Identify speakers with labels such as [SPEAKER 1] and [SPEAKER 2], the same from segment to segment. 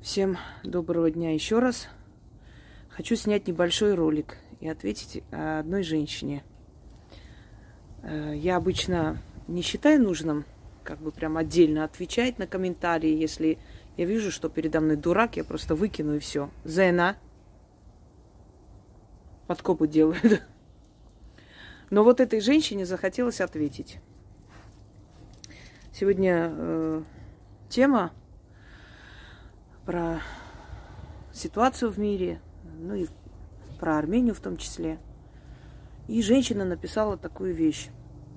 [SPEAKER 1] Всем доброго дня еще раз. Хочу снять небольшой ролик и ответить одной женщине. Я обычно не считаю нужным прям отдельно отвечать на комментарии. Если я вижу, что передо мной дурак, я просто выкину и все. Зена. Подкопы делают. Но вот этой женщине захотелось ответить. Сегодня тема про ситуацию в мире, ну и про Армению в том числе. И женщина написала такую вещь.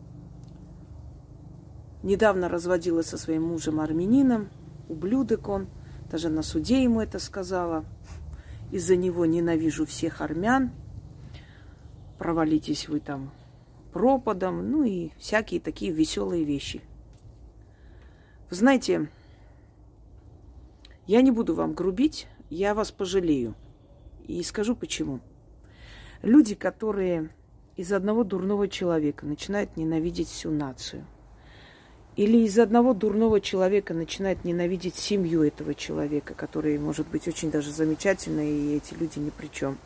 [SPEAKER 1] Недавно разводилась со своим мужем армянином, ублюдок он, даже на суде ему это сказала. Из-за него ненавижу всех армян, провалитесь вы там пропадом, ну и всякие такие веселые вещи. Вы знаете, я не буду вам грубить, я вас пожалею. И скажу почему. Люди, которые из одного дурного человека начинают ненавидеть всю нацию, или из одного дурного человека начинают ненавидеть семью этого человека, который может быть очень даже замечательный, и эти люди ни при чем.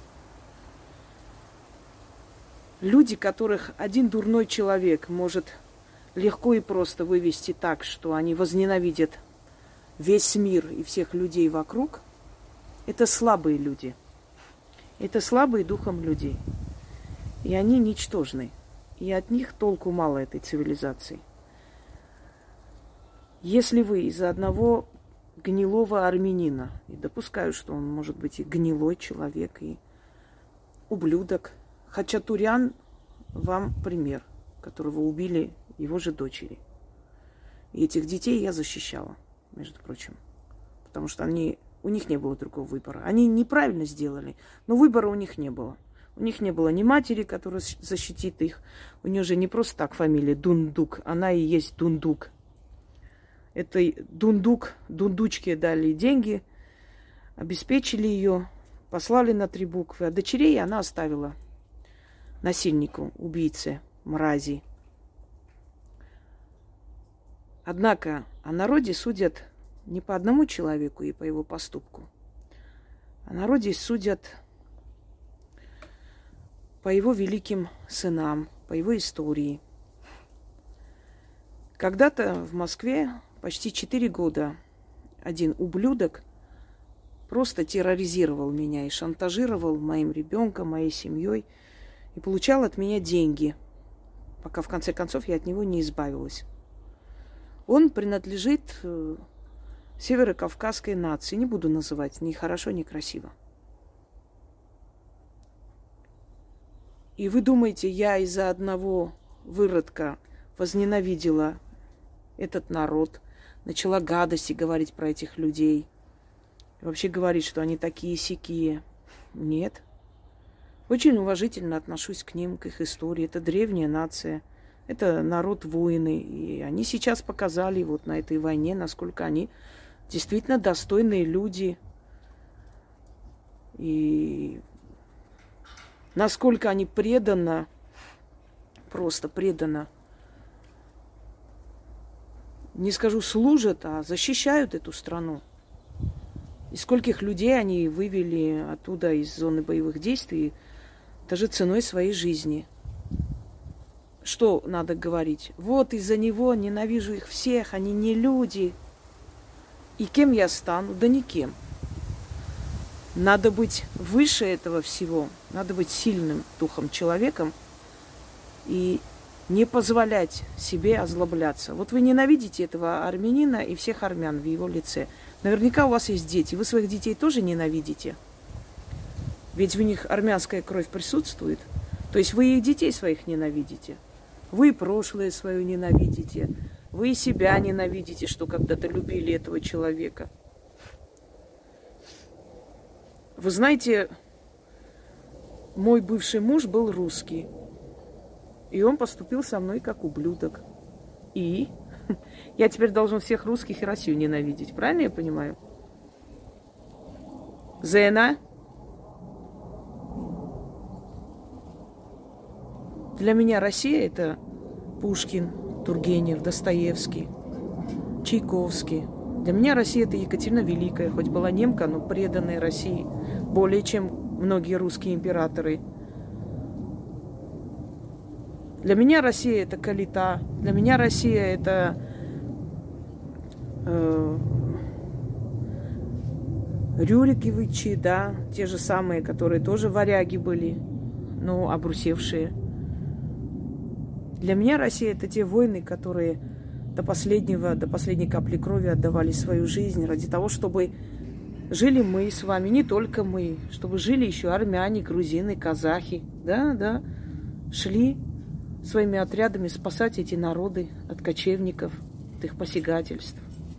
[SPEAKER 1] Люди, которых один дурной человек может легко и просто вывести так, что они возненавидят весь мир и всех людей вокруг, это слабые люди. Это слабые духом люди. И они ничтожны. И от них толку мало этой цивилизации. Если вы из-за одного гнилого армянина, и допускаю, что он может быть и гнилой человек, и ублюдок, Хачатурян вам пример, которого убили его же дочери. И этих детей я защищала, между прочим. Потому что у них не было другого выбора. Они неправильно сделали, но выбора у них не было. У них не было ни матери, которая защитит их. У нее же не просто так фамилия Дундук, она и есть Дундук. Это Дундучке дали деньги, обеспечили ее, послали на 3 буквы. А дочерей она оставила насильнику, убийце, мрази. Однако о народе судят не по одному человеку и по его поступку. О народе судят по его великим сынам, по его истории. Когда-то в Москве почти 4 года один ублюдок просто терроризировал меня и шантажировал моим ребенком, моей семьей и получал от меня деньги, пока в конце концов я от него не избавилась. Он принадлежит северокавказской нации. Не буду называть ни хорошо, ни красиво. И вы думаете, я из-за одного выродка возненавидела этот народ, начала гадости говорить про этих людей, и вообще говорить, что они такие-сякие? Нет. Очень уважительно отношусь к ним, к их истории. Это древняя нация. Это народ воины. И они сейчас показали вот на этой войне, насколько они действительно достойные люди. И насколько они преданно, просто преданно, не скажу служат, а защищают эту страну. И скольких людей они вывели оттуда из зоны боевых действий, даже ценой своей жизни. Что надо говорить? Вот из-за него ненавижу их всех, они не люди. И кем я стану? Да никем. Надо быть выше этого всего, надо быть сильным духом человеком и не позволять себе озлобляться. Вот вы ненавидите этого армянина и всех армян в его лице. Наверняка у вас есть дети. Вы своих детей тоже ненавидите. Ведь в них армянская кровь присутствует. То есть вы и детей своих ненавидите. Вы прошлое свое ненавидите. Вы себя ненавидите, что когда-то любили этого человека. Вы знаете, мой бывший муж был русский. И он поступил со мной как ублюдок. И я теперь должен всех русских и Россию ненавидеть. Правильно я понимаю? Зена? Для меня Россия – это Пушкин, Тургенев, Достоевский, Чайковский, Для меня Россия – это Екатерина Великая, хоть была немка, но преданная России, более чем многие русские императоры. Для меня Россия – это Калита, для меня Россия – это Рюриковичи, да, те же самые, которые тоже варяги были, но обрусевшие. Для меня Россия – это те воины, которые до последней капли крови отдавали свою жизнь ради того, чтобы жили мы с вами, не только мы, чтобы жили еще армяне, грузины, казахи, да, шли своими отрядами спасать эти народы от кочевников, от их посягательств.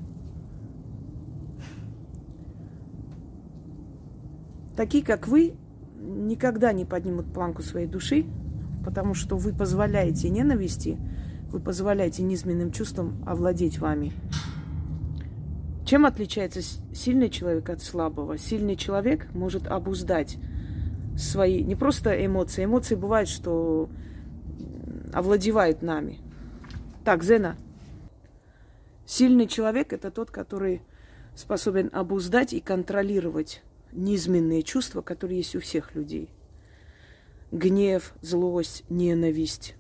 [SPEAKER 1] Такие, как вы, никогда не поднимут планку своей души, потому что вы позволяете ненависти, вы позволяете низменным чувствам овладеть вами. Чем отличается сильный человек от слабого? Сильный человек может обуздать свои, не просто эмоции. Эмоции бывают, что овладевают нами. Так, Зена. Сильный человек – это тот, который способен обуздать и контролировать низменные чувства, которые есть у всех людей. Гнев, злость, ненависть,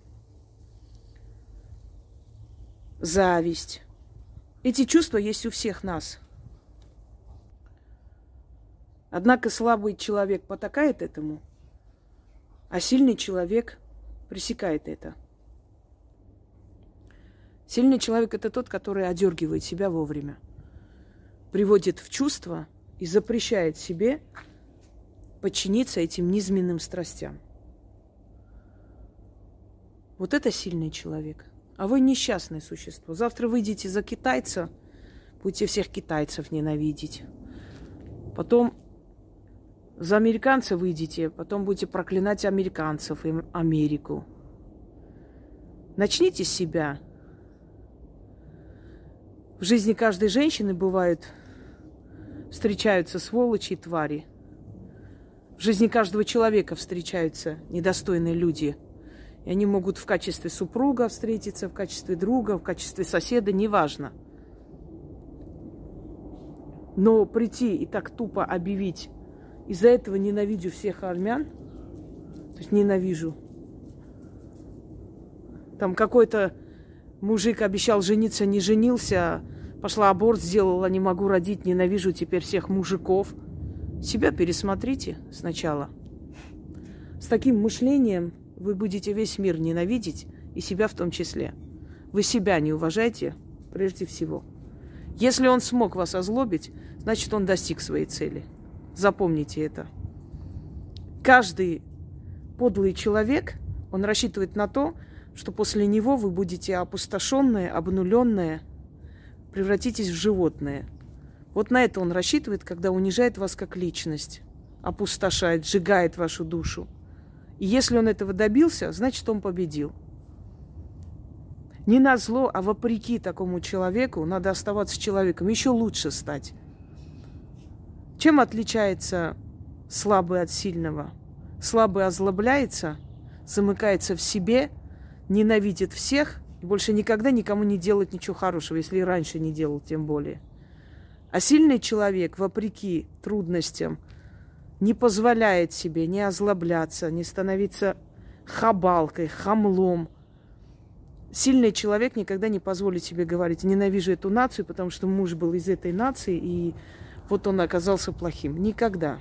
[SPEAKER 1] зависть. Эти чувства есть у всех нас. Однако слабый человек потакает этому, а сильный человек пресекает это. Сильный человек – это тот, который одергивает себя вовремя, приводит в чувство и запрещает себе подчиниться этим низменным страстям. Вот это сильный человек. А вы несчастное существо. Завтра выйдете за китайца, будете всех китайцев ненавидеть. Потом за американца выйдете, потом будете проклинать американцев и Америку. Начните с себя. В жизни каждой женщины встречаются сволочи и твари. В жизни каждого человека встречаются недостойные люди. И они могут в качестве супруга встретиться, в качестве друга, в качестве соседа, неважно. Но прийти и так тупо объявить: из-за этого ненавижу всех армян, то есть ненавижу. Там какой-то мужик обещал жениться, не женился, пошла аборт сделала, не могу родить, ненавижу теперь всех мужиков. Себя пересмотрите сначала. С таким мышлением вы будете весь мир ненавидеть, и себя в том числе. Вы себя не уважаете прежде всего. Если он смог вас озлобить, значит, он достиг своей цели. Запомните это. Каждый подлый человек, он рассчитывает на то, что после него вы будете опустошенные, обнуленные, превратитесь в животное. Вот на это он рассчитывает, когда унижает вас как личность, опустошает, сжигает вашу душу. И если он этого добился, значит, он победил. Не назло, а вопреки такому человеку надо оставаться человеком, еще лучше стать. Чем отличается слабый от сильного? Слабый озлобляется, замыкается в себе, ненавидит всех и больше никогда никому не делает ничего хорошего, если и раньше не делал, тем более. А сильный человек, вопреки трудностям, не позволяет себе не озлобляться, не становиться хабалкой, хамлом. Сильный человек никогда не позволит себе говорить: ненавижу эту нацию, потому что муж был из этой нации, и вот он оказался плохим. Никогда.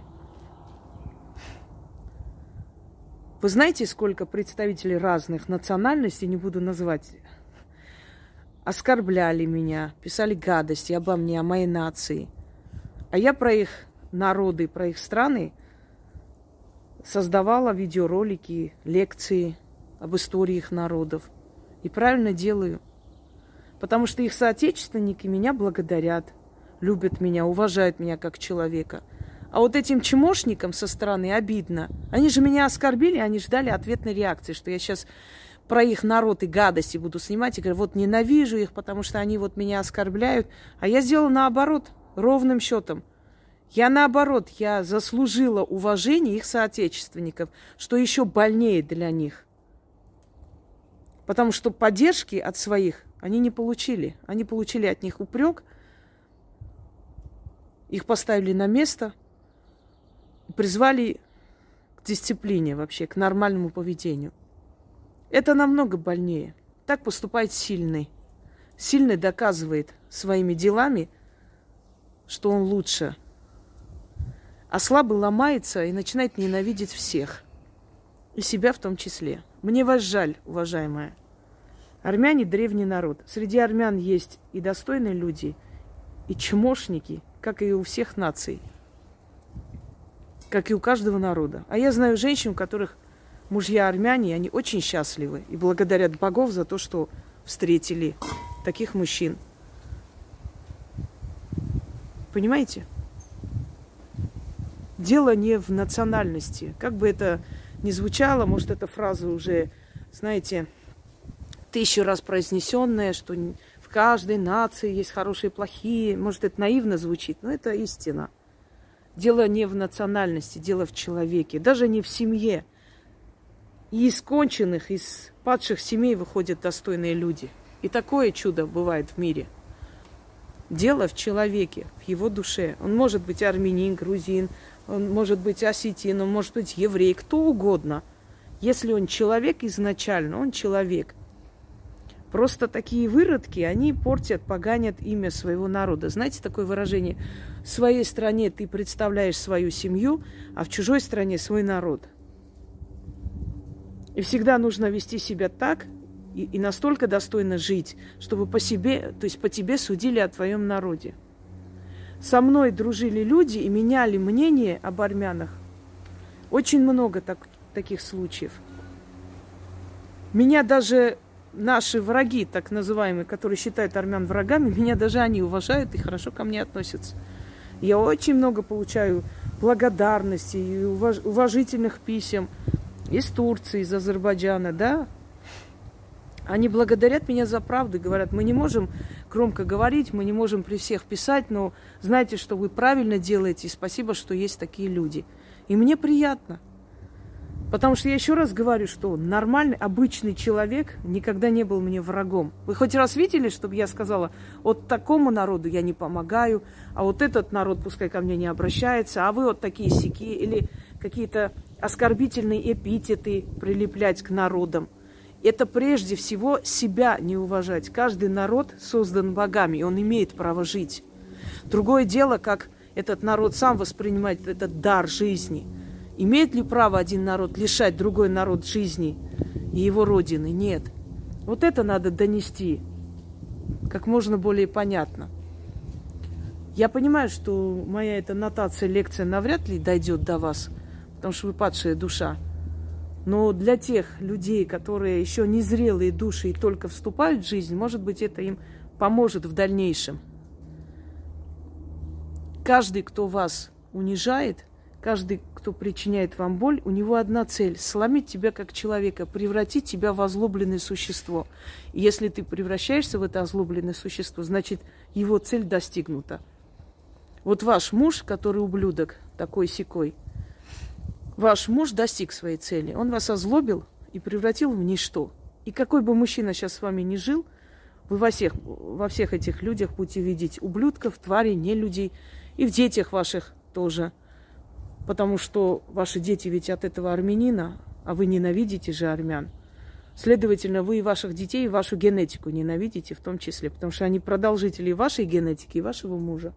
[SPEAKER 1] Вы знаете, сколько представителей разных национальностей, не буду называть, оскорбляли меня, писали гадости обо мне, о моей нации. А я про их народы, про их страны создавала видеоролики, лекции об истории их народов. И правильно делаю. Потому что их соотечественники меня благодарят, любят меня, уважают меня как человека. А вот этим чмошникам со стороны обидно. Они же меня оскорбили, они ждали ответной реакции, что я сейчас про их народ и гадости буду снимать и говорю: вот ненавижу их, потому что они вот меня оскорбляют. А я сделала наоборот, ровным счетом. Я наоборот, я заслужила уважение их соотечественников, что еще больнее для них. Потому что поддержки от своих они не получили. Они получили от них упрек, Их поставили на место, призвали к дисциплине вообще, к нормальному поведению. Это намного больнее. Так поступает сильный. Сильный доказывает своими делами, что он лучше. А слабый ломается и начинает ненавидеть всех. И себя в том числе. Мне вас жаль, уважаемая. Армяне – древний народ. Среди армян есть и достойные люди, и чмошники, как и у всех наций, как и у каждого народа. А я знаю женщин, у которых мужья армяне, и они очень счастливы и благодарят богов за то, что встретили таких мужчин. Понимаете? Дело не в национальности. Как бы это ни звучало, может, эта фраза уже, знаете, 1000 раз произнесенная, что в каждой нации есть хорошие и плохие. Может, это наивно звучит, но это истина. Дело не в национальности, дело в человеке, даже не в семье. И из конченых, из падших семей выходят достойные люди. И такое чудо бывает в мире. Дело в человеке, в его душе. Он может быть армянин, грузин, он может быть осетин, он может быть еврей, кто угодно. Если он человек изначально, он человек. Просто такие выродки, они портят, поганят имя своего народа. Знаете такое выражение? В своей стране ты представляешь свою семью, а в чужой стране свой народ. И всегда нужно вести себя так и настолько достойно жить, чтобы по себе, то есть по тебе судили о твоем народе. Со мной дружили люди и меняли мнение об армянах. Очень много таких случаев. Меня даже наши враги, так называемые, которые считают армян врагами, меня даже они уважают и хорошо ко мне относятся. Я очень много получаю благодарности и уважительных писем из Турции, из Азербайджана, да. Они благодарят меня за правду, говорят, мы не можем громко говорить, мы не можем при всех писать, но знайте, что вы правильно делаете, и спасибо, что есть такие люди. И мне приятно. Потому что я еще раз говорю, что нормальный, обычный человек никогда не был мне врагом. Вы хоть раз видели, чтобы я сказала, вот такому народу я не помогаю, а вот этот народ пускай ко мне не обращается, а вы вот такие сяки, или какие-то оскорбительные эпитеты прилеплять к народам. Это прежде всего себя не уважать. Каждый народ создан богами, и он имеет право жить. Другое дело, как этот народ сам воспринимает этот дар жизни. Имеет ли право один народ лишать другой народ жизни и его родины? Нет. Вот это надо донести как можно более понятно. Я понимаю, что моя эта нотация, лекция навряд ли дойдет до вас, потому что вы падшая душа. Но для тех людей, которые еще не зрелые души и только вступают в жизнь, может быть, это им поможет в дальнейшем. Каждый, кто вас унижает, каждый, кто причиняет вам боль, у него одна цель – сломить тебя как человека, превратить тебя в озлобленное существо. И если ты превращаешься в это озлобленное существо, значит, его цель достигнута. Вот ваш муж, который ублюдок, такой-сякой, ваш муж достиг своей цели. Он вас озлобил и превратил в ничто. И какой бы мужчина сейчас с вами ни жил, вы во всех этих людях будете видеть ублюдков, тварей, нелюдей. И в детях ваших тоже. Потому что ваши дети ведь от этого армянина, а вы ненавидите же армян. Следовательно, вы и ваших детей, и вашу генетику ненавидите в том числе. Потому что они продолжители вашей генетики и вашего мужа.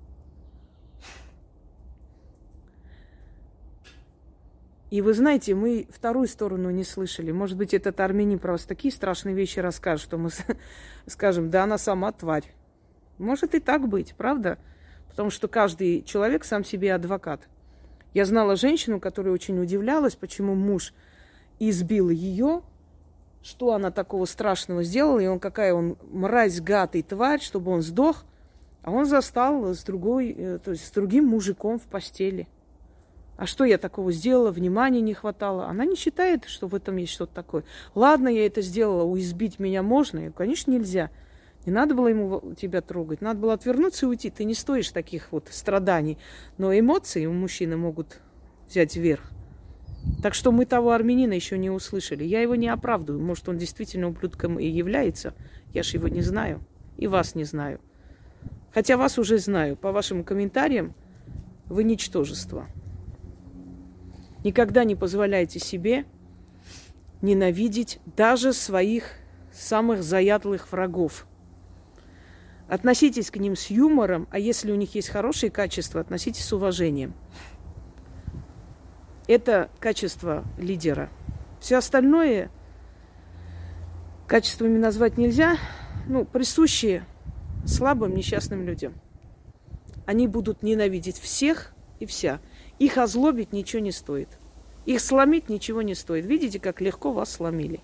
[SPEAKER 1] И вы знаете, мы вторую сторону не слышали. Может быть, этот армянин про вас такие страшные вещи расскажет, что мы скажем, да она сама тварь. Может и так быть, правда? Потому что каждый человек сам себе адвокат. Я знала женщину, которая очень удивлялась, почему муж избил ее, что она такого страшного сделала, и он какая он мразь, гад и тварь, чтобы он сдох, а он застал с другим мужиком в постели. А что я такого сделала? Внимания не хватало. Она не считает, что в этом есть что-то такое. Ладно, я это сделала, избить меня можно? И, конечно, нельзя. Не надо было ему тебя трогать. Надо было отвернуться и уйти. Ты не стоишь таких вот страданий. Но эмоции у мужчины могут взять вверх. Так что мы того армянина еще не услышали. Я его не оправдываю. Может, он действительно ублюдком и является. Я ж его не знаю. И вас не знаю. Хотя вас уже знаю. По вашим комментариям вы ничтожество. Никогда не позволяйте себе ненавидеть даже своих самых заядлых врагов. Относитесь к ним с юмором, а если у них есть хорошие качества, относитесь с уважением. Это качество лидера. Все остальное качествами назвать нельзя, присущие слабым, несчастным людям. Они будут ненавидеть всех и вся. Их озлобить ничего не стоит. Их сломить ничего не стоит. Видите, как легко вас сломили.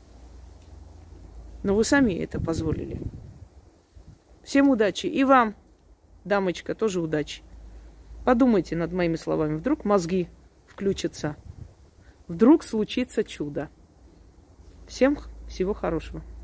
[SPEAKER 1] Но вы сами это позволили. Всем удачи. И вам, дамочка, тоже удачи. Подумайте над моими словами. Вдруг мозги включатся. Вдруг случится чудо. Всем всего хорошего.